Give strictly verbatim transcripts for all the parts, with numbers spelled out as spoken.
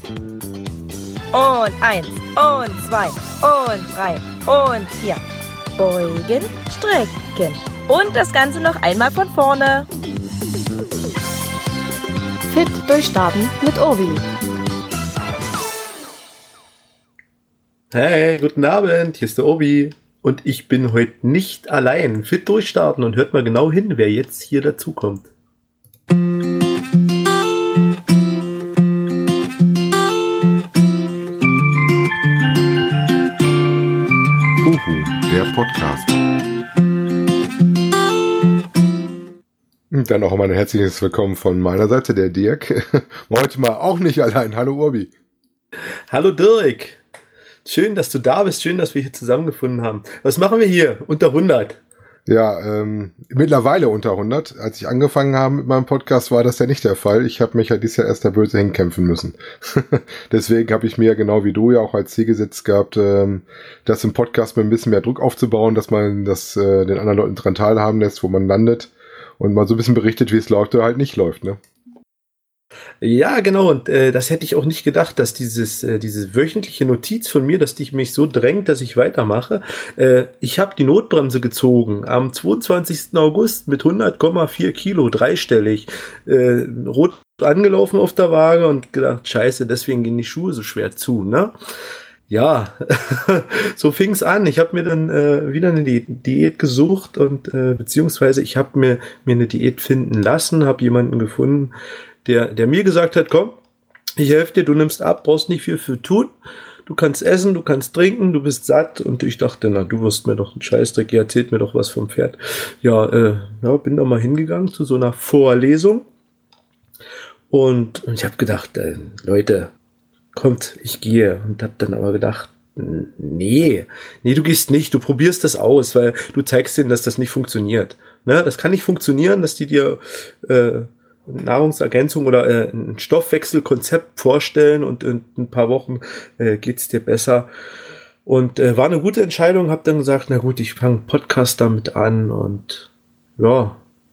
Und eins, und zwei, und drei, und vier. Beugen, strecken. Und das Ganze noch einmal von vorne. Fit durchstarten mit Obi. Hey, guten Abend, hier ist der Obi. Und ich bin heute nicht allein. Fit durchstarten und hört mal genau hin, wer jetzt hier dazukommt. Uhu, der Podcast. Und dann auch mal ein herzliches Willkommen von meiner Seite, der Dirk. Heute mal auch nicht allein. Hallo Urbi. Hallo Dirk. Schön, dass du da bist. Schön, dass wir hier zusammengefunden haben. Was machen wir hier? Unter hundert. Ja, ähm, mittlerweile unter hundert. Als ich angefangen habe mit meinem Podcast, war das ja nicht der Fall. Ich habe mich ja dieses Jahr erst da böse hinkämpfen müssen. Deswegen habe ich mir, genau wie du ja auch als Ziel gesetzt gehabt, ähm, das im Podcast mit ein bisschen mehr Druck aufzubauen, dass man das äh, den anderen Leuten dran teilhaben lässt, wo man landet und mal so ein bisschen berichtet, wie es läuft oder halt nicht läuft, ne? Ja, genau. Und äh, das hätte ich auch nicht gedacht, dass dieses äh, diese wöchentliche Notiz von mir, dass die mich so drängt, dass ich weitermache. Äh, ich habe die Notbremse gezogen am zweiundzwanzigsten August mit hundert Komma vier Kilo, dreistellig, äh, rot angelaufen auf der Waage und gedacht, scheiße, deswegen gehen die Schuhe so schwer zu, ne? Ja, so fing es an. Ich habe mir dann äh, wieder eine Di- Diät gesucht und äh, beziehungsweise ich habe mir mir eine Diät finden lassen, habe jemanden gefunden, der der mir gesagt hat, komm, ich helfe dir, du nimmst ab, brauchst nicht viel für tun. Du kannst essen, du kannst trinken, du bist satt. Und ich dachte, na, du wirst mir doch einen Scheißdreck, ihr erzählt mir doch was vom Pferd. Ja, äh, ja, bin da mal hingegangen zu so einer Vorlesung und, und ich habe gedacht, äh, Leute, kommt, ich gehe. Und habe dann aber gedacht, n- nee, nee, du gehst nicht, du probierst das aus, weil du zeigst denen, dass das nicht funktioniert. Ne? Das kann nicht funktionieren, dass die dir äh, Nahrungsergänzung oder äh, ein Stoffwechselkonzept vorstellen und in ein paar Wochen äh, geht's dir besser. Und äh, war eine gute Entscheidung, habe dann gesagt, na gut, ich fange Podcast damit an und ja,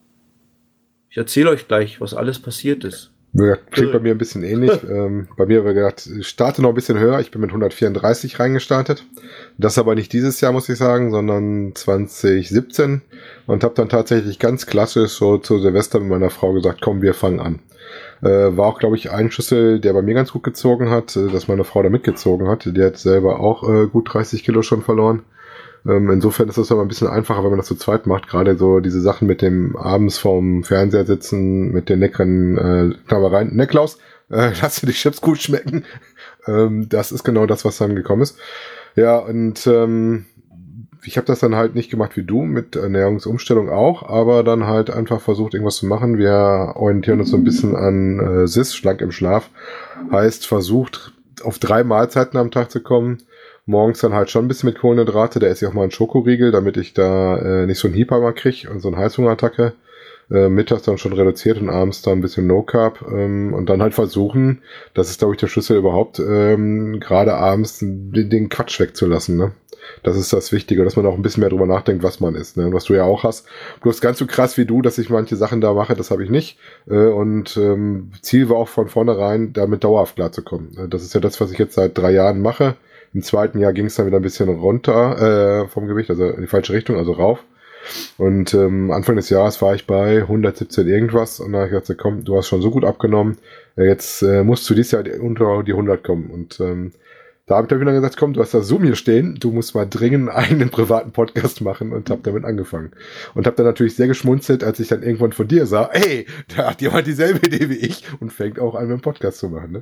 ich erzähle euch gleich, was alles passiert ist. Wie gesagt, klingt bei mir ein bisschen ähnlich. ähm, bei mir habe ich gedacht, ich starte noch ein bisschen höher. Ich bin mit hundertvierunddreißig reingestartet. Das aber nicht dieses Jahr, muss ich sagen, sondern zwanzig siebzehn. Und habe dann tatsächlich ganz klassisch so zu Silvester mit meiner Frau gesagt, komm, wir fangen an. Äh, war auch, glaube ich, ein Schlüssel, der bei mir ganz gut gezogen hat, äh, dass meine Frau da mitgezogen hat. Die hat selber auch äh, gut dreißig Kilo schon verloren. Ähm, insofern ist es aber ein bisschen einfacher, wenn man das zu zweit macht. Gerade so diese Sachen mit dem abends vorm Fernseher sitzen, mit den leckeren äh, Knabbereien. Ne, Klaus, äh, lass dir die Chips gut schmecken. Ähm, das ist genau das, was dann gekommen ist. Ja, und ähm, ich habe das dann halt nicht gemacht wie du, mit Ernährungsumstellung auch, aber dann halt einfach versucht, irgendwas zu machen. Wir orientieren uns so ein bisschen an äh, S I S, schlank im Schlaf. Heißt, versucht, auf drei Mahlzeiten am Tag zu kommen. Morgens dann halt schon ein bisschen mit Kohlenhydrate, da esse ich auch mal einen Schokoriegel, damit ich da äh, nicht so einen Hyper mal kriege und so eine Heißhungerattacke. Äh, mittags dann schon reduziert und abends dann ein bisschen No Carb ähm, und dann halt versuchen, das ist glaube ich der Schlüssel überhaupt, ähm, gerade abends den, den Quatsch wegzulassen, ne? Das ist das Wichtige, dass man auch ein bisschen mehr drüber nachdenkt, was man isst, ne? Und was du ja auch hast. Bloß ganz so krass wie du, dass ich manche Sachen da mache, das habe ich nicht. Äh, und ähm, Ziel war auch von vornherein, damit dauerhaft klarzukommen. Äh, das ist ja das, was ich jetzt seit drei Jahren mache. Im zweiten Jahr ging es dann wieder ein bisschen runter äh, vom Gewicht, also in die falsche Richtung, also rauf. Und ähm, Anfang des Jahres war ich bei hundertsiebzehn irgendwas und da habe ich gesagt, komm, du hast schon so gut abgenommen, äh, jetzt äh, musst du dieses Jahr unter die hundert kommen. Und ähm, da habe ich dann wieder gesagt, komm, du hast da Zoom hier stehen, du musst mal dringend einen eigenen privaten Podcast machen und habe damit angefangen. Und habe dann natürlich sehr geschmunzelt, als ich dann irgendwann von dir sah, hey, da hat jemand dieselbe Idee wie ich und fängt auch an, einen Podcast zu machen, ne?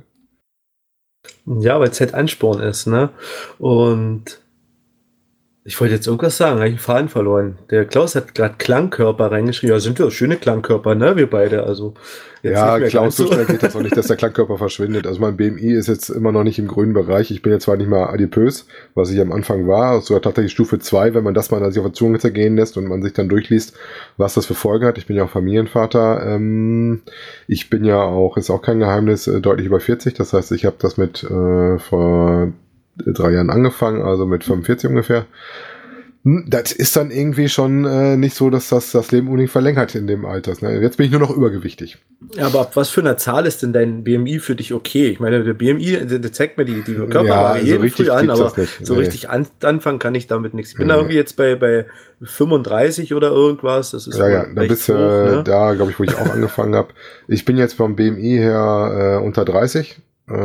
Ja, weil es halt Ansporn ist, ne? Und ich wollte jetzt irgendwas sagen, habe ich den Faden verloren. Der Klaus hat gerade Klangkörper reingeschrieben. Ja, sind wir schöne Klangkörper, ne? Wir beide, also jetzt Ja, nicht mehr Klaus, ganz so schnell geht das auch nicht, dass der Klangkörper verschwindet. Also mein B M I ist jetzt immer noch nicht im grünen Bereich. Ich bin jetzt zwar nicht mal adipös, was ich am Anfang war, sogar tatsächlich Stufe zwei, wenn man das mal sich auf der Zunge zergehen lässt und man sich dann durchliest, was das für Folgen hat. Ich bin ja auch Familienvater. Ähm, ich bin ja auch, ist auch kein Geheimnis, äh, deutlich über vierzig. Das heißt, ich habe das mit äh, vor drei Jahren angefangen, also mit fünfundvierzig ungefähr. Das ist dann irgendwie schon äh, nicht so, dass das das Leben unbedingt verlängert in dem Alter. Ne? Jetzt bin ich nur noch übergewichtig. Ja, aber ab was für einer Zahl ist denn dein B M I für dich okay? Ich meine, der B M I, der, der zeigt mir die, die Körperwaage Ja, so jeden richtig früh an, gibt's aber das nicht. so Nee. richtig an, anfangen kann ich damit nichts. Ich bin da Nee. irgendwie jetzt bei, bei fünfunddreißig oder irgendwas. Das ist Ja, ja, wohl da recht bist du hoch, äh, ne? da, glaube ich, wo ich auch angefangen habe. Ich bin jetzt vom B M I her äh, unter dreißig.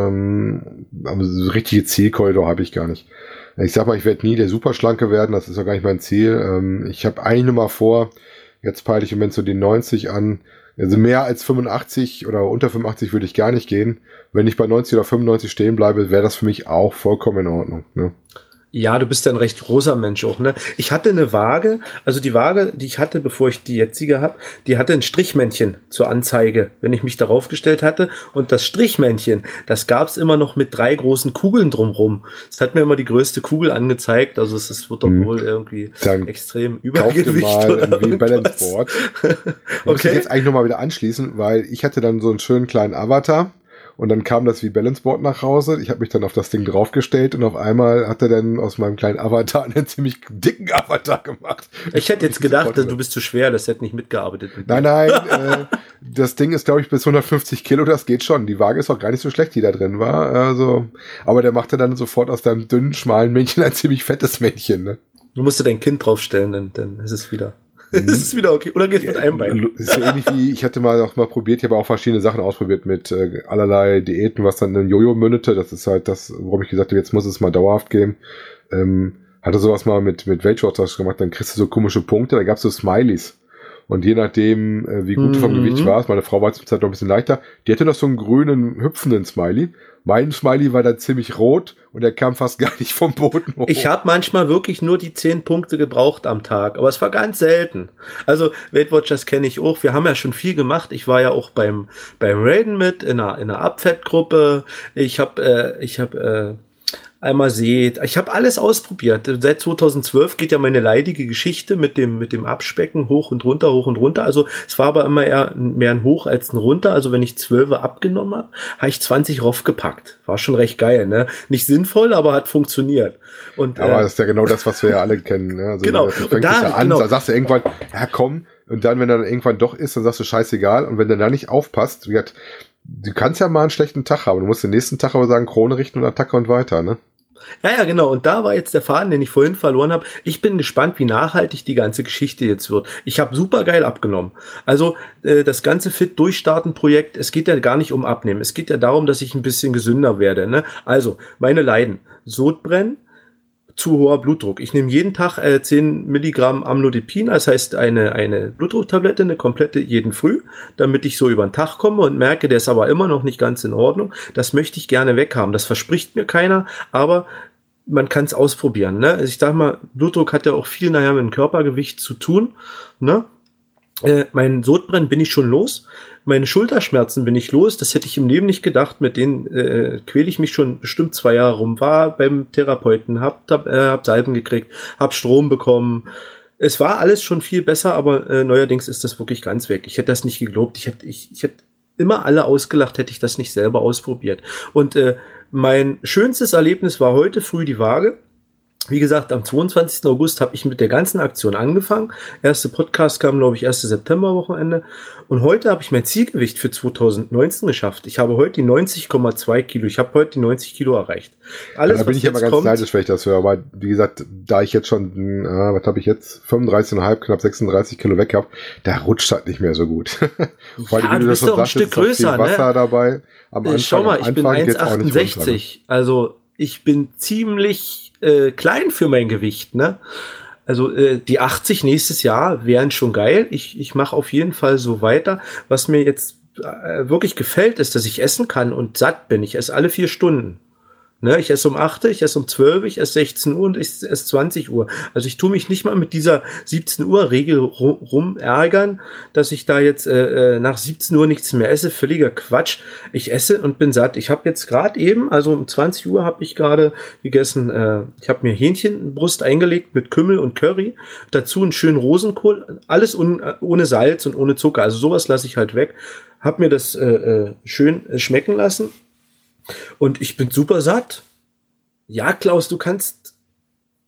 Ähm, aber so richtige Zielkorridor habe ich gar nicht. Ich sag mal, ich werde nie der Superschlanke werden, das ist ja gar nicht mein Ziel. Ähm, ich habe eigentlich nur mal vor, jetzt peile ich im Moment so die neunzig an. Also mehr als fünfundachtzig oder unter fünfundachtzig würde ich gar nicht gehen. Wenn ich bei neunzig oder fünfundneunzig stehen bleibe, wäre das für mich auch vollkommen in Ordnung. Ne? Ja, du bist ja ein recht großer Mensch auch, ne? Ich hatte eine Waage, also die Waage, die ich hatte, bevor ich die jetzige habe, die hatte ein Strichmännchen zur Anzeige, wenn ich mich darauf gestellt hatte. Und das Strichmännchen, das gab's immer noch mit drei großen Kugeln drumrum. Das hat mir immer die größte Kugel angezeigt. Also es, es wird doch Hm. wohl irgendwie Dann extrem Kauf dir Übergewicht mal oder irgendwie irgendwas. Balance Board. Muss ich Okay. jetzt eigentlich nochmal wieder anschließen, weil ich hatte dann so einen schönen kleinen Avatar und dann kam das wie Balance Board nach Hause. Ich habe mich dann auf das Ding draufgestellt und auf einmal hat er dann aus meinem kleinen Avatar einen ziemlich dicken Avatar gemacht. Ich hätte jetzt gedacht, du bist zu schwer, das hätte nicht mitgearbeitet. Mit Nein, nein, äh, das Ding ist, glaube ich, bis hundertfünfzig Kilo, das geht schon. Die Waage ist auch gar nicht so schlecht, die da drin war. Also, aber der machte dann sofort aus deinem dünnen, schmalen Männchen ein ziemlich fettes Männchen. Ne? Du musst dir dein Kind draufstellen, dann, dann ist es wieder. ist es wieder okay. Oder geht mit einem Bein. Das ist so ähnlich wie, ich hatte mal auch mal probiert, ich habe auch verschiedene Sachen ausprobiert mit äh, allerlei Diäten, was dann in Jojo mündete. Das ist halt das, worum ich gesagt habe, jetzt muss es mal dauerhaft gehen. Ähm, hatte sowas mal mit, mit Weight Watchers gemacht, dann kriegst du so komische Punkte, da gab's so Smileys. Und je nachdem, äh, wie gut du vom Mhm. Gewicht warst, meine Frau war zur Zeit noch ein bisschen leichter, die hatte noch so einen grünen, hüpfenden Smiley. Mein Smiley war dann ziemlich rot und der kam fast gar nicht vom Boden hoch. Ich habe manchmal wirklich nur die zehn Punkte gebraucht am Tag, aber es war ganz selten. Also Weight Watchers kenne ich auch. Wir haben ja schon viel gemacht. Ich war ja auch beim beim Raiden mit in einer in einer Abfettgruppe. Ich habe äh, ich habe äh, einmal seht. Ich habe alles ausprobiert. Seit zweitausendzwölf geht ja meine leidige Geschichte mit dem mit dem Abspecken hoch und runter, hoch und runter. Also es war aber immer eher mehr ein Hoch als ein Runter. Also wenn ich zwölf abgenommen habe, habe ich zwanzig raufgepackt. War schon recht geil, ne? Nicht sinnvoll, aber hat funktioniert. Und Aber äh, das ist ja genau das, was wir ja alle kennen. Ne? Also Genau. Du fängst Und da- dich ja an, genau. da sagst du irgendwann, ja komm, und dann, wenn er dann irgendwann doch ist, dann sagst du scheißegal. Und wenn du da nicht aufpasst, wie gesagt, du kannst ja mal einen schlechten Tag haben. Du musst den nächsten Tag aber sagen, Krone richten und Attacke und weiter, ne? Ja, ja, genau. Und da war jetzt der Faden, den ich vorhin verloren habe. Ich bin gespannt, wie nachhaltig die ganze Geschichte jetzt wird. Ich habe super geil abgenommen. Also äh, das ganze Fit-Durchstarten-Projekt, es geht ja gar nicht um Abnehmen. Es geht ja darum, dass ich ein bisschen gesünder werde. Ne? Also meine Leiden. Sodbrennen, zu hoher Blutdruck. Ich nehme jeden Tag äh, zehn Milligramm Amlodipin, das heißt eine, eine Blutdrucktablette, eine komplette jeden Früh, damit ich so über den Tag komme und merke, der ist aber immer noch nicht ganz in Ordnung. Das möchte ich gerne weghaben. Das verspricht mir keiner, aber man kann es ausprobieren. Ne? Also ich sag mal, Blutdruck hat ja auch viel nachher mit dem Körpergewicht zu tun. Ne? Äh, mein Sodbrennen bin ich schon los. Meine Schulterschmerzen bin ich los. Das hätte ich im Leben nicht gedacht. Mit denen äh, quäle ich mich schon bestimmt zwei Jahre rum. War beim Therapeuten, hab, hab, äh, hab Salben gekriegt, hab Strom bekommen. Es war alles schon viel besser, aber äh, neuerdings ist das wirklich ganz weg. Ich hätte das nicht geglaubt. Ich hätte, ich, ich hätte immer alle ausgelacht, hätte ich das nicht selber ausprobiert. Und äh, mein schönstes Erlebnis war heute früh die Waage. Wie gesagt, am zweiundzwanzigsten August habe ich mit der ganzen Aktion angefangen. Erste Podcast kam, glaube ich, ersten September-Wochenende. Und heute habe ich mein Zielgewicht für zweitausendneunzehn geschafft. Ich habe heute die neunzig Komma zwei Kilo. Ich habe heute die neunzig Kilo erreicht. Alles, da bin was ich aber jetzt ganz kommt, neidisch, wenn ich das höre. Aber wie gesagt, da ich jetzt schon, äh, was habe ich jetzt, fünfunddreißig Komma fünf, knapp sechsunddreißig Kilo weg habe, da rutscht halt nicht mehr so gut. Vor allem, Ja, wie du bist doch ein sagst, Stück ist auch viel größer, ne? Wasser dabei. Am Äh, Anfang, schau mal, am ich bin Anfang geht's auch nicht runter, ne? eins Komma achtundsechzig. Also ich bin ziemlich äh, klein für mein Gewicht, ne? Also äh, die achtzig nächstes Jahr wären schon geil. Ich, ich mache auf jeden Fall so weiter. Was mir jetzt äh, wirklich gefällt, ist, dass ich essen kann und satt bin. Ich esse alle vier Stunden. Ne, ich esse um acht, ich esse um zwölf, ich esse sechzehn Uhr und ich esse zwanzig Uhr. Also ich tue mich nicht mal mit dieser siebzehn Uhr Regel rum, rum ärgern, dass ich da jetzt äh, nach siebzehn Uhr nichts mehr esse. Völliger Quatsch. Ich esse und bin satt. Ich habe jetzt gerade eben, also um zwanzig Uhr habe ich gerade gegessen, äh, ich habe mir Hähnchenbrust eingelegt mit Kümmel und Curry. Dazu einen schönen Rosenkohl. Alles un, ohne Salz und ohne Zucker. Also sowas lasse ich halt weg. Hab mir das äh, äh, schön schmecken lassen. Und ich bin super satt. Ja, Klaus, du kannst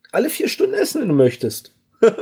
alle vier Stunden essen, wenn du möchtest.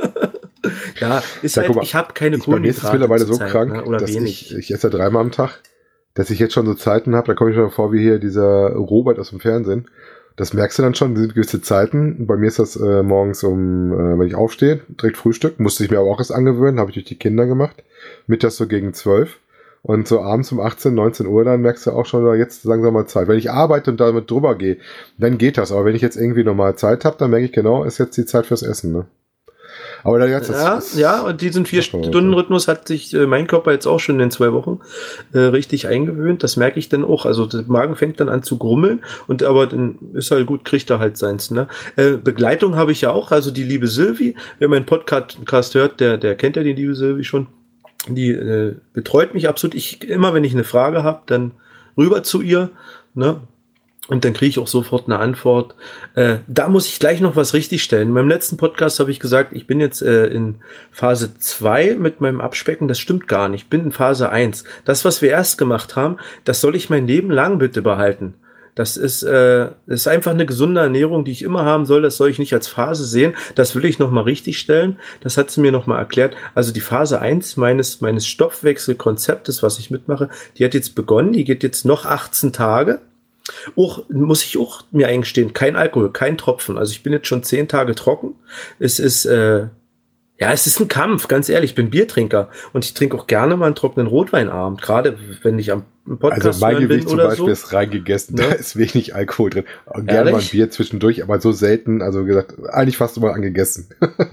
Ja, ist ja, halt, mal, ich habe keine ich, bei mir ist es mittlerweile so Zeit, krank, ne? Oder dass wenig. ich, ich esse ja dreimal am Tag, dass ich jetzt schon so Zeiten habe, da komme ich mir vor wie hier dieser Robert aus dem Fernsehen. Das merkst du dann schon, sind gewisse Zeiten. Bei mir ist das äh, morgens um, äh, wenn ich aufstehe, direkt Frühstück, musste ich mir aber auch erst angewöhnen, habe ich durch die Kinder gemacht. Mittags so gegen zwölf. Und so abends um achtzehn, neunzehn Uhr, dann merkst du auch schon, jetzt langsam mal Zeit. Wenn ich arbeite und damit drüber gehe, dann geht das. Aber wenn ich jetzt irgendwie normal Zeit habe, dann merke ich genau, ist jetzt die Zeit fürs Essen, ne? Aber da jetzt ja, ist, ja, und diesen Vier-Stunden-Rhythmus hat sich äh, mein Körper jetzt auch schon in den zwei Wochen äh, richtig eingewöhnt. Das merke ich dann auch. Also der Magen fängt dann an zu grummeln, und aber dann ist halt gut, kriegt er halt seins. Ne? Äh, Begleitung habe ich ja auch, also die liebe Silvi. Wer meinen Podcast hört, der, der kennt ja die liebe Silvi schon. Die äh, betreut mich absolut. Ich immer, wenn ich eine Frage habe, dann rüber zu ihr, ne? Und dann kriege ich auch sofort eine Antwort. Äh, da muss ich gleich noch was richtigstellen. In meinem letzten Podcast habe ich gesagt, ich bin jetzt äh, in Phase zwei mit meinem Abspecken. Das stimmt gar nicht. Ich bin in Phase eins. Das, was wir erst gemacht haben, das soll ich mein Leben lang bitte behalten. Das ist, äh, das ist einfach eine gesunde Ernährung, die ich immer haben soll. Das soll ich nicht als Phase sehen. Das will ich nochmal richtigstellen. Das hat sie mir nochmal erklärt. Also die Phase eins meines, meines Stoffwechselkonzeptes, was ich mitmache, die hat jetzt begonnen. Die geht jetzt noch achtzehn Tage. Auch, muss ich auch mir eingestehen, kein Alkohol, kein Tropfen. Also ich bin jetzt schon zehn Tage trocken. Es ist, äh, ja, es ist ein Kampf, ganz ehrlich. Ich bin Biertrinker und ich trinke auch gerne mal einen trockenen Rotweinabend, gerade wenn ich am Podcast also mein bin Gewicht zum oder Beispiel so. ist reingegessen, Ne? Da ist wenig Alkohol drin. Und gerne mal ein Bier zwischendurch, aber so selten, also gesagt, eigentlich fast immer angegessen.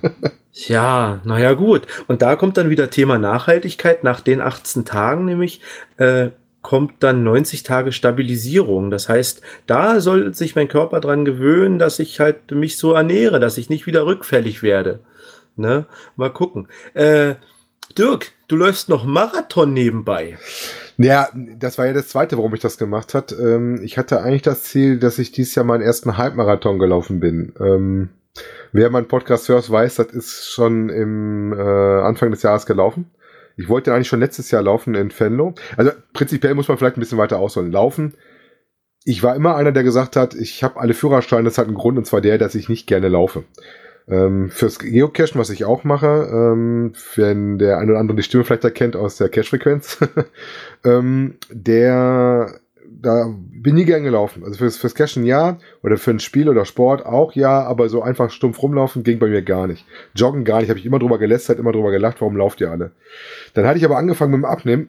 Ja, naja, gut. Und da kommt dann wieder Thema Nachhaltigkeit. Nach den achtzehn Tagen nämlich, äh, kommt dann neunzig Tage Stabilisierung. Das heißt, da soll sich mein Körper dran gewöhnen, dass ich halt mich so ernähre, dass ich nicht wieder rückfällig werde. Ne? Mal gucken. Äh, Dirk, du läufst noch Marathon nebenbei. Ja, das war ja das Zweite, warum ich das gemacht hat. Ähm, ich hatte eigentlich das Ziel, dass ich dieses Jahr meinen ersten Halbmarathon gelaufen bin. Ähm, wer meinen Podcast hört, weiß, das ist schon im äh, Anfang des Jahres gelaufen. Ich wollte eigentlich schon letztes Jahr laufen in Venlo. Also prinzipiell muss man vielleicht ein bisschen weiter ausholen. Laufen. Ich war immer einer, der gesagt hat, ich habe alle Führerscheine, das hat einen Grund, und zwar der, dass ich nicht gerne laufe. Ähm, fürs Geocachen, was ich auch mache, ähm, wenn der eine oder andere die Stimme vielleicht erkennt aus der Cache-Frequenz, ähm, der, da bin nie gern gelaufen. Also fürs, fürs Cachen ja, oder für ein Spiel oder Sport auch ja, aber so einfach stumpf rumlaufen ging bei mir gar nicht. Joggen gar nicht, habe ich immer drüber gelästert, immer drüber gelacht, warum lauft ihr alle? Dann hatte ich aber angefangen mit dem Abnehmen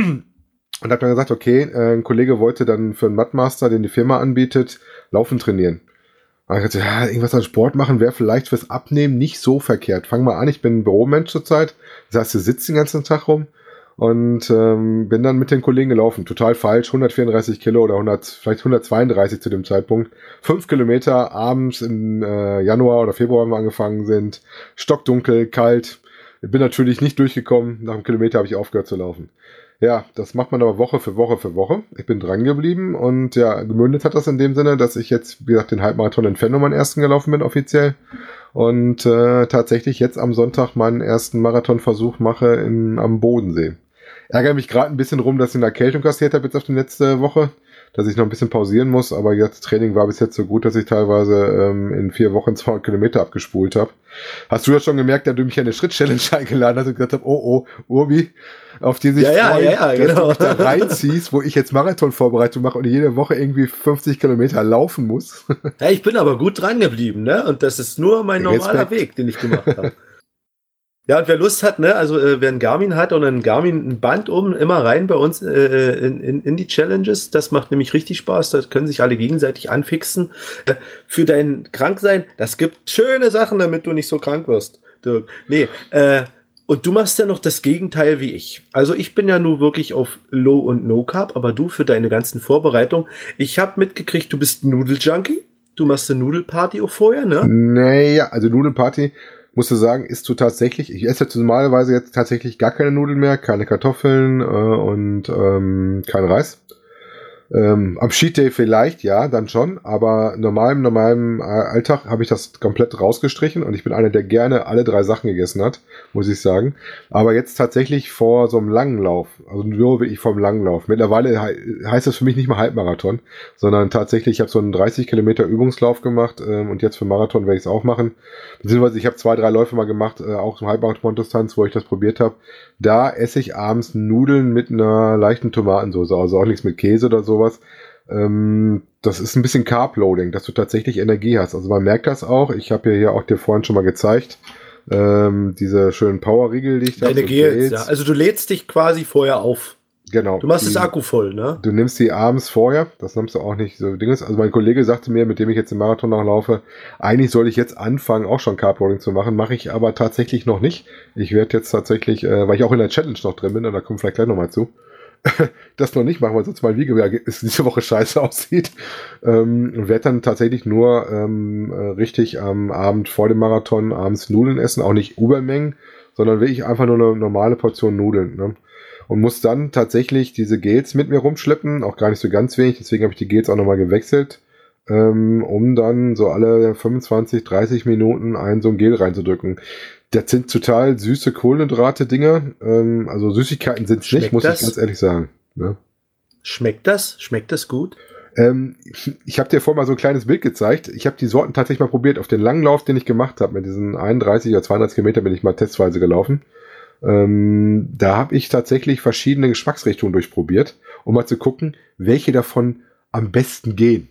und habe dann gesagt, okay, äh, ein Kollege wollte dann für einen Mudmaster, den die Firma anbietet, Laufen trainieren. Und ich dachte, ja, irgendwas an Sport machen wäre vielleicht fürs Abnehmen nicht so verkehrt. Fang mal an, ich bin ein Büromensch zurzeit. Das heißt, du sitzt den ganzen Tag rum und ähm, bin dann mit den Kollegen gelaufen. Total falsch, hundertvierunddreißig Kilo oder hundert, vielleicht hundertzweiunddreißig zu dem Zeitpunkt. Fünf Kilometer abends im äh, Januar oder Februar haben wir angefangen sind. Stockdunkel, kalt. Ich bin natürlich nicht durchgekommen. Nach einem Kilometer habe ich aufgehört zu laufen. Ja, das macht man aber Woche für Woche für Woche. Ich bin dran geblieben und ja, gemündet hat das in dem Sinne, dass ich jetzt, wie gesagt, den Halbmarathon in Venlo meinen ersten gelaufen bin, offiziell. Und äh, tatsächlich jetzt am Sonntag meinen ersten Marathonversuch mache in, am Bodensee. Ärgere mich gerade ein bisschen rum, dass ich eine Erkältung kassiert habe jetzt auf die letzte Woche, dass ich noch ein bisschen pausieren muss, aber jetzt Training war bis jetzt so gut, dass ich teilweise ähm, in vier Wochen zweihundert Kilometer abgespult habe. Hast du das schon gemerkt, dass du mich an eine Schritt-Challenge eingeladen hast und gesagt hast, oh, oh, Urbi, auf die sich Ja, ja, freuen, ja, ja, dass genau. du mich da reinziehst, wo ich jetzt Marathonvorbereitung mache und jede Woche irgendwie fünfzig Kilometer laufen muss. Ja, ich bin aber gut dran geblieben, ne? Und das ist nur mein normaler Respekt. Weg, den ich gemacht habe. Ja, und wer Lust hat, ne, also äh, wer ein Garmin hat oder ein Garmin ein Band oben, immer rein bei uns äh, in, in, in die Challenges. Das macht nämlich richtig Spaß. Da können sich alle gegenseitig anfixen. Äh, für dein Kranksein, das gibt schöne Sachen, damit du nicht so krank wirst, Dirk. Nee, äh, und du machst ja noch das Gegenteil wie ich. Also ich bin ja nur wirklich auf Low und No Carb, aber du für deine ganzen Vorbereitungen. Ich habe mitgekriegt, du bist Nudeljunkie. Du machst eine Nudelparty auch vorher, ne? Naja, also Nudelparty, musst du sagen, isst du tatsächlich, ich esse jetzt normalerweise jetzt tatsächlich gar keine Nudeln mehr, keine Kartoffeln äh, und ähm, kein Reis. Ähm, am Cheat Day vielleicht, ja, dann schon, aber normal im normalen Alltag habe ich das komplett rausgestrichen und ich bin einer, der gerne alle drei Sachen gegessen hat, muss ich sagen. Aber jetzt tatsächlich vor so einem langen Lauf, also nur wirklich vor einem langen Lauf. Mittlerweile he- heißt das für mich nicht mehr Halbmarathon, sondern tatsächlich, ich habe so einen dreißig Kilometer Übungslauf gemacht ähm, und jetzt für Marathon werde ich es auch machen. Beziehungsweise ich habe zwei, drei Läufe mal gemacht, äh, auch im Halbmarathon-Distanz, wo ich das probiert habe. Da esse ich abends Nudeln mit einer leichten Tomatensauce, also auch nichts mit Käse oder sowas. Ähm, das ist ein bisschen Carb-Loading, dass du tatsächlich Energie hast. Also man merkt das auch. Ich habe ja hier auch dir vorhin schon mal gezeigt, ähm, diese schönen Power-Riegel, die ich da Deine so Gels, Gels. ja. Also du lädst dich quasi vorher auf. Genau. Du machst die, das Akku voll, ne? Du nimmst die abends vorher, das nimmst du auch nicht so Dinges. Also mein Kollege sagte mir, mit dem ich jetzt im Marathon noch laufe, eigentlich soll ich jetzt anfangen, auch schon Carb-Loading zu machen, mache ich aber tatsächlich noch nicht. Ich werde jetzt tatsächlich, äh, weil ich auch in der Challenge noch drin bin, und da kommen wir vielleicht gleich nochmal zu, das noch nicht machen, weil sonst mein Videoergebnis diese Woche scheiße aussieht. Ähm, werde dann tatsächlich nur ähm, äh, richtig am Abend vor dem Marathon abends Nudeln essen, auch nicht Übermengen, sondern wirklich einfach nur eine normale Portion Nudeln, ne? Und muss dann tatsächlich diese Gels mit mir rumschleppen, auch gar nicht so ganz wenig, deswegen habe ich die Gels auch nochmal gewechselt, ähm, um dann so alle fünfundzwanzig, dreißig Minuten ein so ein Gel reinzudrücken. Das sind total süße Kohlenhydrate-Dinger, ähm, also Süßigkeiten sind es nicht, muss das? ich ganz ehrlich sagen. Ne? Schmeckt das? Schmeckt das gut? Ähm, ich habe dir vorhin mal so ein kleines Bild gezeigt. Ich habe die Sorten tatsächlich mal probiert. Auf den langen Lauf, den ich gemacht habe, mit diesen einunddreißig oder zweiunddreißig Kilometer bin ich mal testweise gelaufen. Ähm, da habe ich tatsächlich verschiedene Geschmacksrichtungen durchprobiert, um mal zu gucken, welche davon am besten gehen.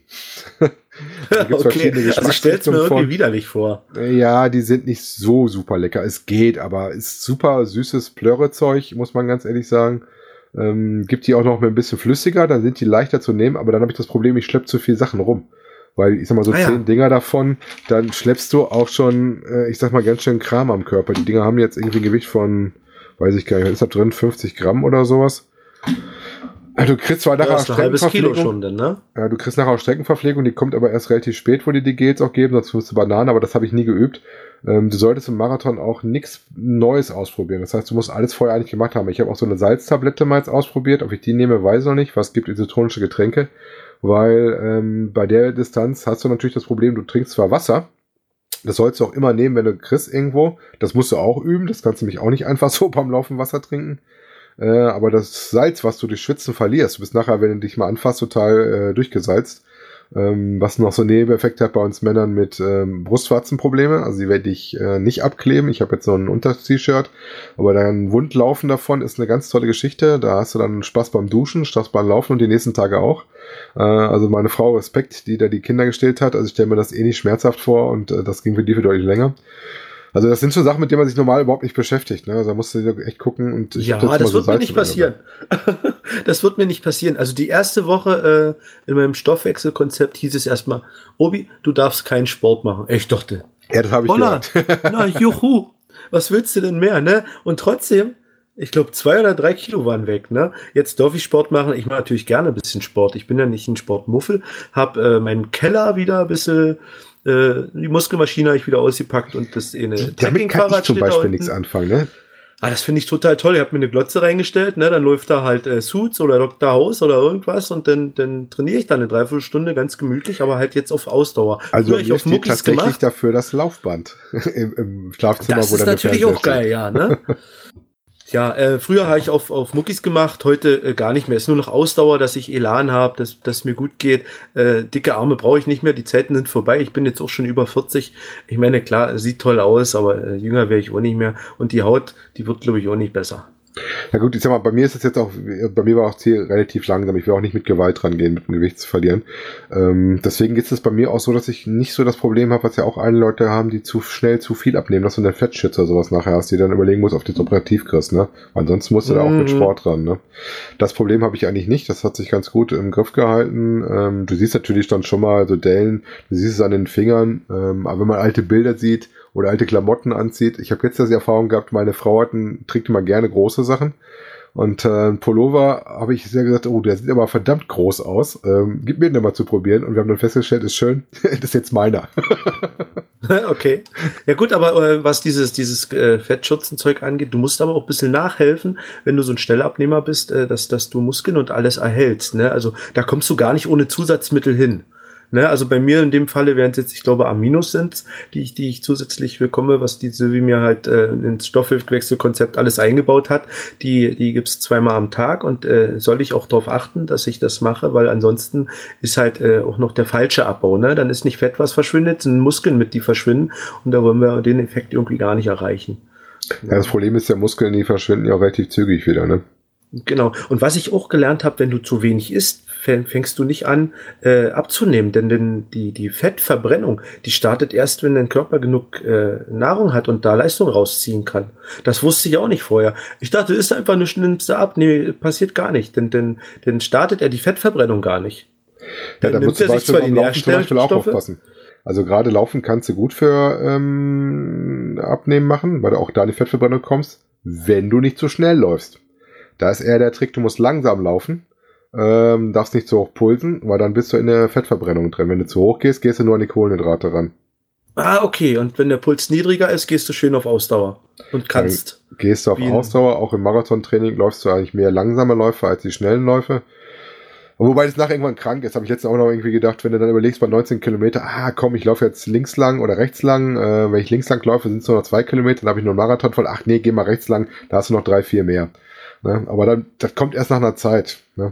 Da gibt's Okay, also ich stell's mir irgendwie von, widerlich vor. ja, die sind nicht so super lecker. Es geht, aber ist super süßes Plörrezeug, muss man ganz ehrlich sagen. Ähm, gibt die auch noch ein bisschen flüssiger, dann sind die leichter zu nehmen, aber dann habe ich das Problem, ich schleppe zu viel Sachen rum. Weil, ich sag mal, so Ah, ja. zehn Dinger davon, dann schleppst du auch schon, äh, ich sag mal, ganz schön Kram am Körper. Die Dinger haben jetzt irgendwie ein Gewicht von, weiß ich gar nicht, was ist da drin, fünfzig Gramm oder sowas. Also du kriegst zwar nachher Ja, ist ein halbes Kilo Streckenverpflegung. schon, dann, ne? Ja, du kriegst nachher auch Streckenverpflegung, die kommt aber erst relativ spät, wo die die Gels auch geben, sonst wirst du Bananen, aber das habe ich nie geübt. Ähm, du solltest im Marathon auch nichts Neues ausprobieren. Das heißt, du musst alles vorher eigentlich gemacht haben. Ich habe auch so eine Salztablette mal jetzt ausprobiert. Ob ich die nehme, weiß ich noch nicht. Was gibt isotonische Getränke? Weil ähm, bei der Distanz hast du natürlich das Problem, du trinkst zwar Wasser, das sollst du auch immer nehmen, wenn du kriegst irgendwo. Das musst du auch üben. Das kannst du nämlich auch nicht einfach so beim Laufen Wasser trinken. Äh, aber das Salz, was du durch Schwitzen verlierst, du bist nachher, wenn du dich mal anfasst, total äh, durchgesalzt. Ähm, was noch so Nebeneffekte hat bei uns Männern mit ähm, Brustwarzenprobleme. Also die werde ich äh, nicht abkleben. Ich habe jetzt so ein Unter-T-Shirt, aber dein Wundlaufen davon ist eine ganz tolle Geschichte. Da hast du dann Spaß beim Duschen, Spaß beim Laufen und die nächsten Tage auch. Äh, also meine Frau, Respekt, die da die Kinder gestillt hat. Also ich stelle mir das eh nicht schmerzhaft vor und äh, das ging für die für deutlich länger. Also das sind so Sachen, mit denen man sich normal überhaupt nicht beschäftigt. Ne? Also da musst du echt gucken. Und ich Ja, hab das mal wird so mir nicht passieren. Das wird mir nicht passieren. Also die erste Woche äh, in meinem Stoffwechselkonzept hieß es erstmal, Obi, du darfst keinen Sport machen. Ich dachte, Ja, das habe ich Holland, gehört. na juhu, was willst du denn mehr, ne? Und trotzdem, ich glaube, zwei oder drei Kilo waren weg, ne? Jetzt darf ich Sport machen. Ich mache natürlich gerne ein bisschen Sport. Ich bin ja nicht ein Sportmuffel. Hab äh, meinen Keller wieder ein bisschen, äh, die Muskelmaschine habe ich wieder ausgepackt und das eine Damit kann ich zum steht da Beispiel unten. nichts anfangen. Ne? Ah, das finde ich total toll. Ich habe mir eine Glotze reingestellt, ne? Dann läuft da halt äh, Suits oder Doktor House oder irgendwas und dann, dann trainiere ich da eine Dreiviertelstunde ganz gemütlich, aber halt jetzt auf Ausdauer. Also Früher hab ich mir auf steht Muckis tatsächlich gemacht. dafür das Laufband im, im Schlafzimmer, Das wo ist dann der natürlich Fernseher auch geil, ja, ne? Ja, äh, früher habe ich auf, auf Muckis gemacht, heute äh, gar nicht mehr. Ist nur noch Ausdauer, dass ich Elan habe, dass dass mir gut geht. Äh, dicke Arme brauche ich nicht mehr, die Zeiten sind vorbei. Ich bin jetzt auch schon über vierzig. Ich meine, klar, sieht toll aus, aber äh, jünger wäre ich auch nicht mehr. Und die Haut, die wird, glaube ich, auch nicht besser. Ja gut, ich sag mal, bei mir ist es jetzt auch, bei mir war auch Ziel relativ langsam. Ich will auch nicht mit Gewalt rangehen, mit dem Gewicht zu verlieren. Ähm, deswegen ist es bei mir auch so, dass ich nicht so das Problem habe, was ja auch einige Leute haben, die zu schnell zu viel abnehmen, dass du eine Fettschütze oder sowas nachher hast, die dann überlegen muss, ob du das operativ kriegst, ne? Ansonsten musst du Mhm. da auch mit Sport ran, ne? Das Problem habe ich eigentlich nicht, das hat sich ganz gut im Griff gehalten. Ähm, du siehst natürlich dann schon mal so Dellen, du siehst es an den Fingern, ähm, aber wenn man alte Bilder sieht oder alte Klamotten anzieht, ich habe jetzt die Erfahrung gehabt, meine Frau hat einen, trägt immer gerne große Sachen Und äh, Pullover habe ich sehr gesagt, oh, der sieht aber verdammt groß aus. Ähm, gib mir den mal zu probieren. Und wir haben dann festgestellt, ist schön, das ist jetzt meiner. Okay. Ja gut, aber äh, was dieses, dieses äh, Fettschürzenzeug angeht, du musst aber auch ein bisschen nachhelfen, wenn du so ein Schnellabnehmer bist, äh, dass, dass du Muskeln und alles erhältst. Ne? Also da kommst du gar nicht ohne Zusatzmittel hin. Ne, also bei mir in dem Falle wären es jetzt, ich glaube, Aminos sind, die ich, die ich zusätzlich bekomme, was die Silvi mir halt äh, ins Stoffwechselkonzept alles eingebaut hat. Die, die gibt's zweimal am Tag und äh, soll ich auch darauf achten, dass ich das mache, weil ansonsten ist halt äh, auch noch der falsche Abbau. Ne? Dann ist nicht Fett, was verschwindet, sind Muskeln mit, die verschwinden und da wollen wir den Effekt irgendwie gar nicht erreichen. Ja, das Problem ist ja, Muskeln, die verschwinden ja auch relativ zügig wieder, ne? Genau. Und was ich auch gelernt habe, wenn du zu wenig isst, fängst du nicht an äh, abzunehmen, denn, denn die, die Fettverbrennung, die startet erst, wenn dein Körper genug äh, Nahrung hat und da Leistung rausziehen kann. Das wusste ich auch nicht vorher. Ich dachte, ist einfach eine nimmst ab. Nee, passiert gar nicht, denn, denn, denn startet er die Fettverbrennung gar nicht. Ja, da musst du zum Beispiel beim Laufen zum Beispiel auch aufpassen. Also gerade Laufen kannst du gut für ähm, Abnehmen machen, weil du auch da in die Fettverbrennung kommst, wenn du nicht zu schnell läufst. Da ist eher der Trick, du musst langsam laufen, ähm, darfst nicht zu hoch pulsen, weil dann bist du in der Fettverbrennung drin. Wenn du zu hoch gehst, gehst du nur an die Kohlenhydrate ran. Ah, okay. Und wenn der Puls niedriger ist, gehst du schön auf Ausdauer und kannst. Dann gehst du auf Ausdauer, auch im Marathontraining läufst du eigentlich mehr langsame Läufe als die schnellen Läufe. Wobei das nachher irgendwann krank ist, habe ich letztens auch noch irgendwie gedacht, wenn du dann überlegst bei neunzehn Kilometer, ah komm, ich laufe jetzt links lang oder rechts lang, äh, wenn ich links lang laufe, sind es nur noch zwei Kilometer, dann habe ich nur einen Marathon voll, ach nee, geh mal rechts lang, da hast du noch drei, vier mehr. Ne? Aber dann, das kommt erst nach einer Zeit. Ne?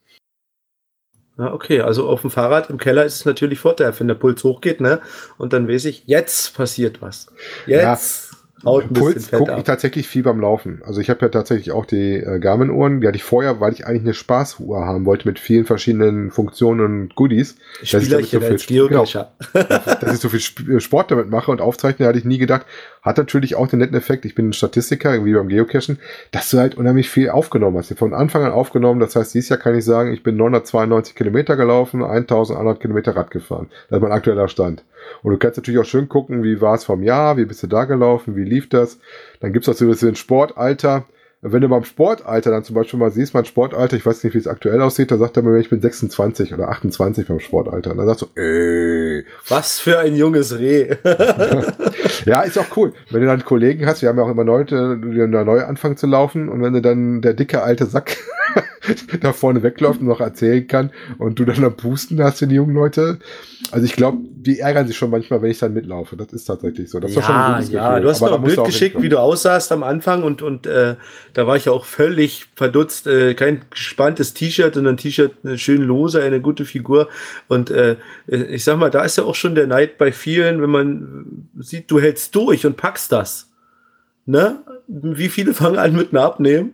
Ja, okay, also auf dem Fahrrad im Keller ist es natürlich vorteilhaft, wenn der Puls hochgeht, ne? Und dann weiß ich, jetzt passiert was. Jetzt ja, haut ein Puls gucke ich tatsächlich viel beim Laufen. Also ich habe ja tatsächlich auch die äh, Garmin-Uhren, die hatte ich vorher, weil ich eigentlich eine Spaßuhr haben wollte mit vielen verschiedenen Funktionen und Goodies. Dass ich, damit so viel, genau, dass ich so viel Sport damit mache und aufzeichne, hatte ich nie gedacht. Hat natürlich auch den netten Effekt, ich bin ein Statistiker, irgendwie beim Geocachen, dass du halt unheimlich viel aufgenommen hast. Von Anfang an aufgenommen, das heißt, dieses Jahr kann ich sagen, ich bin neunhundertzweiundneunzig Kilometer gelaufen, eintausendeinhundert Kilometer Rad gefahren. Das ist mein aktueller Stand. Und du kannst natürlich auch schön gucken, wie war es vom Jahr, wie bist du da gelaufen, wie lief das. Dann gibt es auch so ein bisschen Sportalter. Wenn du beim Sportalter dann zum Beispiel mal siehst, mein Sportalter, ich weiß nicht, wie es aktuell aussieht, da sagt er mir, ich bin sechsundzwanzig oder achtundzwanzig beim Sportalter. Und dann sagst du, ey. Was für ein junges Reh. Ja, ist auch cool. Wenn du dann Kollegen hast, wir haben ja auch immer Leute, die dann neu anfangen zu laufen und wenn du dann der dicke alte Sack da vorne wegläuft und noch erzählen kann und du dann am Pusten hast für die jungen Leute. Also ich glaube, die ärgern sich schon manchmal, wenn ich dann mitlaufe. Das ist tatsächlich so. Das ist ja, doch schon ein gutes ja, Gefühl. du hast aber mir ein Bild geschickt, wie du aussahst am Anfang und, und äh, da war ich ja auch völlig verdutzt. Äh, kein gespanntes T-Shirt, sondern ein T-Shirt, eine schön lose, eine gute Figur. Und äh, ich sag mal, da ist ja auch schon der Neid bei vielen, wenn man sieht, du hältst durch und packst das. Ne? Wie viele fangen an mit einem Abnehmen?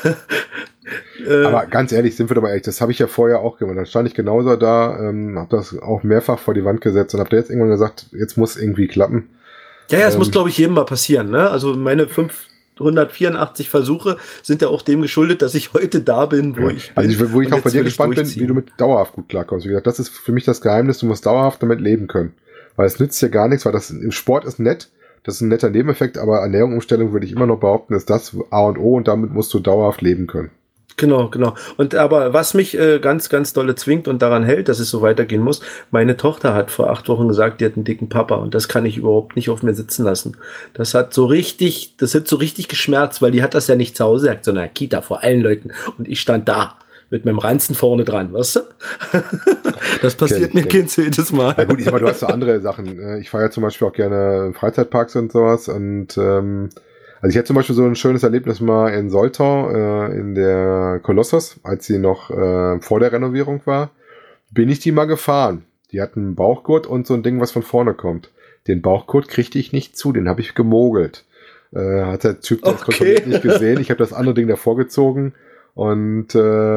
Aber ganz ehrlich, sind wir doch mal ehrlich, das habe ich ja vorher auch gemacht. Dann stand ich genauso da, ähm, habe das auch mehrfach vor die Wand gesetzt und habe jetzt irgendwann gesagt, jetzt muss irgendwie klappen. Ja, ja, es ähm, muss, glaube ich, jedem mal passieren. Ne? Also meine fünfhundertvierundachtzig Versuche sind ja auch dem geschuldet, dass ich heute da bin, wo ja. ich bin. Also ich, wo ich auch bei dir gespannt bin, wie du mit dauerhaft gut klarkommst. Wie gesagt, das ist für mich das Geheimnis, du musst dauerhaft damit leben können. Weil es nützt dir gar nichts, weil das im Sport ist nett, das ist ein netter Nebeneffekt, aber Ernährungsumstellung würde ich immer noch behaupten, ist das A und O und damit musst du dauerhaft leben können. Genau, genau. Und aber was mich äh, ganz, ganz dolle zwingt und daran hält, dass es so weitergehen muss, meine Tochter hat vor acht Wochen gesagt, die hat einen dicken Papa und das kann ich überhaupt nicht auf mir sitzen lassen. Das hat so richtig, das hat so richtig geschmerzt, weil die hat das ja nicht zu Hause gesagt, sondern in der Kita vor allen Leuten und ich stand da mit meinem Ranzen vorne dran, weißt du? Das passiert okay, mir kein zweites Mal. Ja gut, ich meine, du hast so andere Sachen. Ich fahre ja zum Beispiel auch gerne Freizeitparks und sowas und ähm, also ich hatte zum Beispiel so ein schönes Erlebnis mal in Soltau, äh, in der Kolossos, als sie noch äh, vor der Renovierung war, bin ich die mal gefahren. Die hatten einen Bauchgurt und so ein Ding, was von vorne kommt. Den Bauchgurt kriegte ich nicht zu, den habe ich gemogelt. Äh, hat der Typ das okay. kontrolliert nicht gesehen. Ich habe das andere Ding davor gezogen und äh,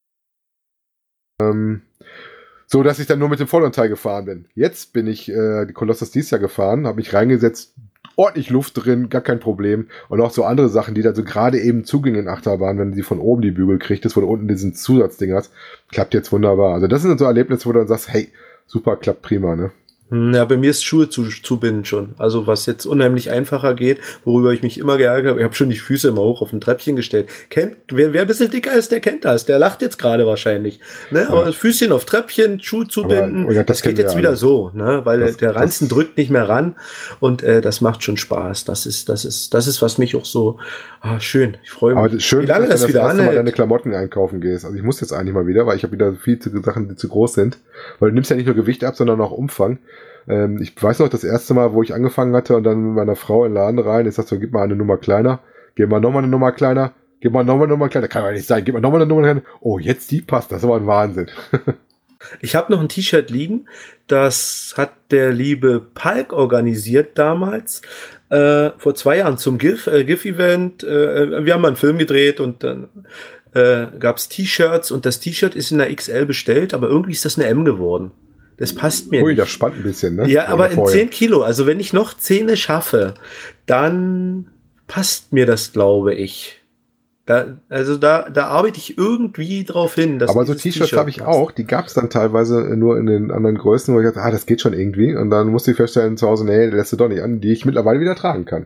ähm, so, dass ich dann nur mit dem vorderen Teil gefahren bin. Jetzt bin ich äh, die Kolossos dieses Jahr gefahren, habe mich reingesetzt, ordentlich Luft drin, gar kein Problem. Und auch so andere Sachen, die da so gerade eben zugingen in Achterbahn, wenn du die von oben die Bügel kriegst, das wo du unten diesen Zusatzding hast, klappt jetzt wunderbar. Also das sind so Erlebnisse, wo du dann sagst, hey, super, klappt prima, ne? Ja, bei mir ist Schuhe zu, zubinden schon. Also was jetzt unheimlich einfacher geht, worüber ich mich immer geärgert habe. Ich habe schon die Füße immer hoch auf ein Treppchen gestellt. Kennt, wer, wer ein bisschen dicker ist, der kennt das. Der lacht jetzt gerade wahrscheinlich. Ne? Aber ja. Füßchen auf Treppchen, Schuhe zubinden, aber, ja, das, das geht jetzt wieder alle. so, ne? Weil das, der Ranzen das, drückt nicht mehr ran und äh, das macht schon Spaß. Das ist, das ist, das ist, was mich auch so ah, schön. Ich freue mich. Aber schön, wie lange dass das wieder an, mal deine Klamotten einkaufen gehst. Also ich muss jetzt eigentlich mal wieder, weil ich habe wieder viel zu Sachen, die zu groß sind. Weil du nimmst ja nicht nur Gewicht ab, sondern auch Umfang. Ich weiß noch, das erste Mal, wo ich angefangen hatte und dann mit meiner Frau in den Laden rein, ich sagte so, gib mal eine Nummer kleiner, gib mal nochmal eine Nummer kleiner, gib mal nochmal eine Nummer kleiner, kann doch nicht sein, gib mal nochmal eine Nummer kleiner. Oh, jetzt die passt, das ist aber ein Wahnsinn. Ich habe noch ein T-Shirt liegen, das hat der liebe Palk organisiert damals, äh, vor zwei Jahren zum GIF, äh, GIF-Event. Äh, wir haben mal einen Film gedreht und dann äh, gab es T-Shirts und das T-Shirt ist in der X L bestellt, aber irgendwie ist das eine M geworden. Das passt mir Ui, nicht. das spannt ein bisschen, ne? Ja, aber in zehn Kilo. Also wenn ich noch Zähne schaffe, dann passt mir das, glaube ich. Da, also da, da arbeite ich irgendwie drauf hin. Dass aber so T-Shirts habe ich auch. Die gab es dann teilweise nur in den anderen Größen, wo ich dachte, ah, das geht schon irgendwie. Und dann musste ich feststellen zu Hause, nee, lässt du doch nicht an, die ich mittlerweile wieder tragen kann.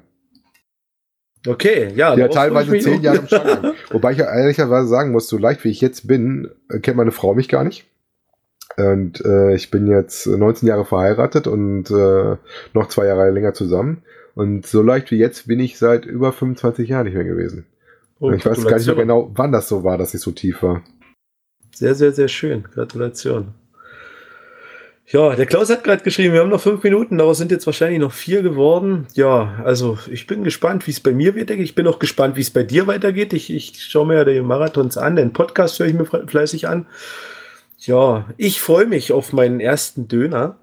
Okay, ja. Ja, teilweise zehn Jahre im Schrank. Wobei ich ja ehrlicherweise sagen muss, so leicht wie ich jetzt bin, kennt meine Frau mich gar nicht. Und äh, ich bin jetzt neunzehn Jahre verheiratet und äh, noch zwei Jahre länger zusammen. Und so leicht wie jetzt bin ich seit über fünfundzwanzig Jahren nicht mehr gewesen. Oh, ich weiß gar nicht mehr genau, wann das so war, dass ich so tief war. Sehr, sehr, sehr schön. Gratulation. Ja, der Klaus hat gerade geschrieben, wir haben noch fünf Minuten, daraus sind jetzt wahrscheinlich noch vier geworden. Ja, also ich bin gespannt, wie es bei mir weitergeht. Ich bin auch gespannt, wie es bei dir weitergeht. Ich, ich schaue mir ja die Marathons an, den Podcast höre ich mir fleißig an. Ja, ich freue mich auf meinen ersten Döner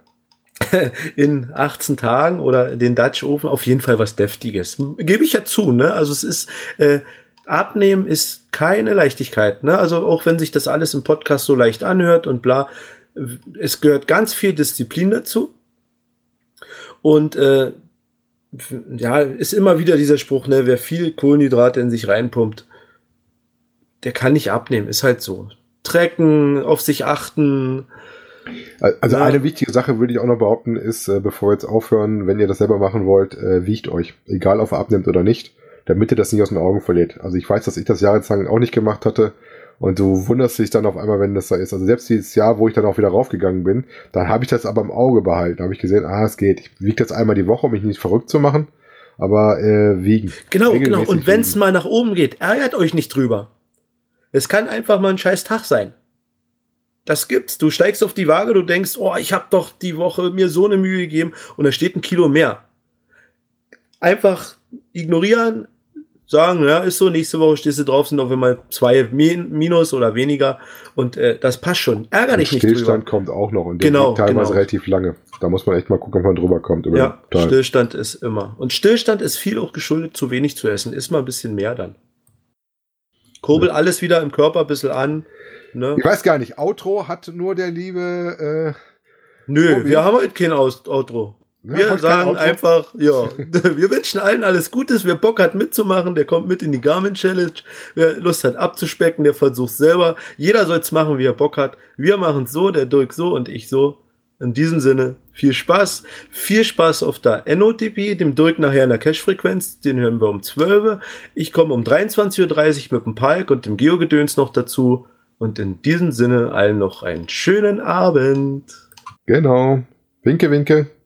in achtzehn Tagen oder den Dutch Oven. Auf jeden Fall was Deftiges. Gebe ich ja zu, ne? Also es ist, äh, Abnehmen ist keine Leichtigkeit, ne? Also auch wenn sich das alles im Podcast so leicht anhört und bla, es gehört ganz viel Disziplin dazu. Und äh, ja, ist immer wieder dieser Spruch, ne? Wer viel Kohlenhydrate in sich reinpumpt, der kann nicht abnehmen. Ist halt so. Trecken, auf sich achten. Also ja. Eine wichtige Sache würde ich auch noch behaupten, ist, äh, bevor wir jetzt aufhören, wenn ihr das selber machen wollt, äh, wiegt euch. Egal, ob ihr abnimmt oder nicht, damit ihr das nicht aus den Augen verliert. Also ich weiß, dass ich das jahrelang auch nicht gemacht hatte und du wunderst dich dann auf einmal, wenn das da ist. Also selbst dieses Jahr, wo ich dann auch wieder raufgegangen bin, dann habe ich das aber im Auge behalten. Da habe ich gesehen, ah, es geht. Ich wiege das einmal die Woche, um mich nicht verrückt zu machen, aber äh, wiegen. Genau, genau. Und wenn es mal nach oben geht, ärgert euch nicht drüber. Es kann einfach mal ein scheiß Tag sein. Das gibt's. Du steigst auf die Waage, du denkst, oh, ich habe doch die Woche mir so eine Mühe gegeben und da steht ein Kilo mehr. Einfach ignorieren, sagen, ja, ist so, nächste Woche stehst du drauf, sind auf einmal zwei Minus oder weniger und äh, das passt schon. Ärger dich nicht drüber. Stillstand kommt auch noch und der genau, geht teilweise genau. relativ lange. Da muss man echt mal gucken, ob man drüber kommt. Über ja, Stillstand ist immer. Und Stillstand ist viel auch geschuldet, zu wenig zu essen. Isst mal ein bisschen mehr dann. Kurbel ja. alles wieder im Körper ein bisschen an. Ne? Ich weiß gar nicht, Outro hat nur der liebe... Äh, Nö, Tobi. wir haben heute kein Outro. Ja, wir sagen einfach, ja, wir wünschen allen alles Gutes. Wer Bock hat mitzumachen, der kommt mit in die Garmin Challenge. Wer Lust hat abzuspecken, der versucht selber. Jeder soll es machen, wie er Bock hat. Wir machen es so, der Dirk so und ich so. In diesem Sinne, viel Spaß. Viel Spaß auf der N O T P, dem Dirk nachher in der Cash-Frequenz. Den hören wir um zwölf. Ich komme um dreiundzwanzig Uhr dreißig mit dem Palk und dem Geo-Gedöns noch dazu. Und in diesem Sinne allen noch einen schönen Abend. Genau. Winke, winke.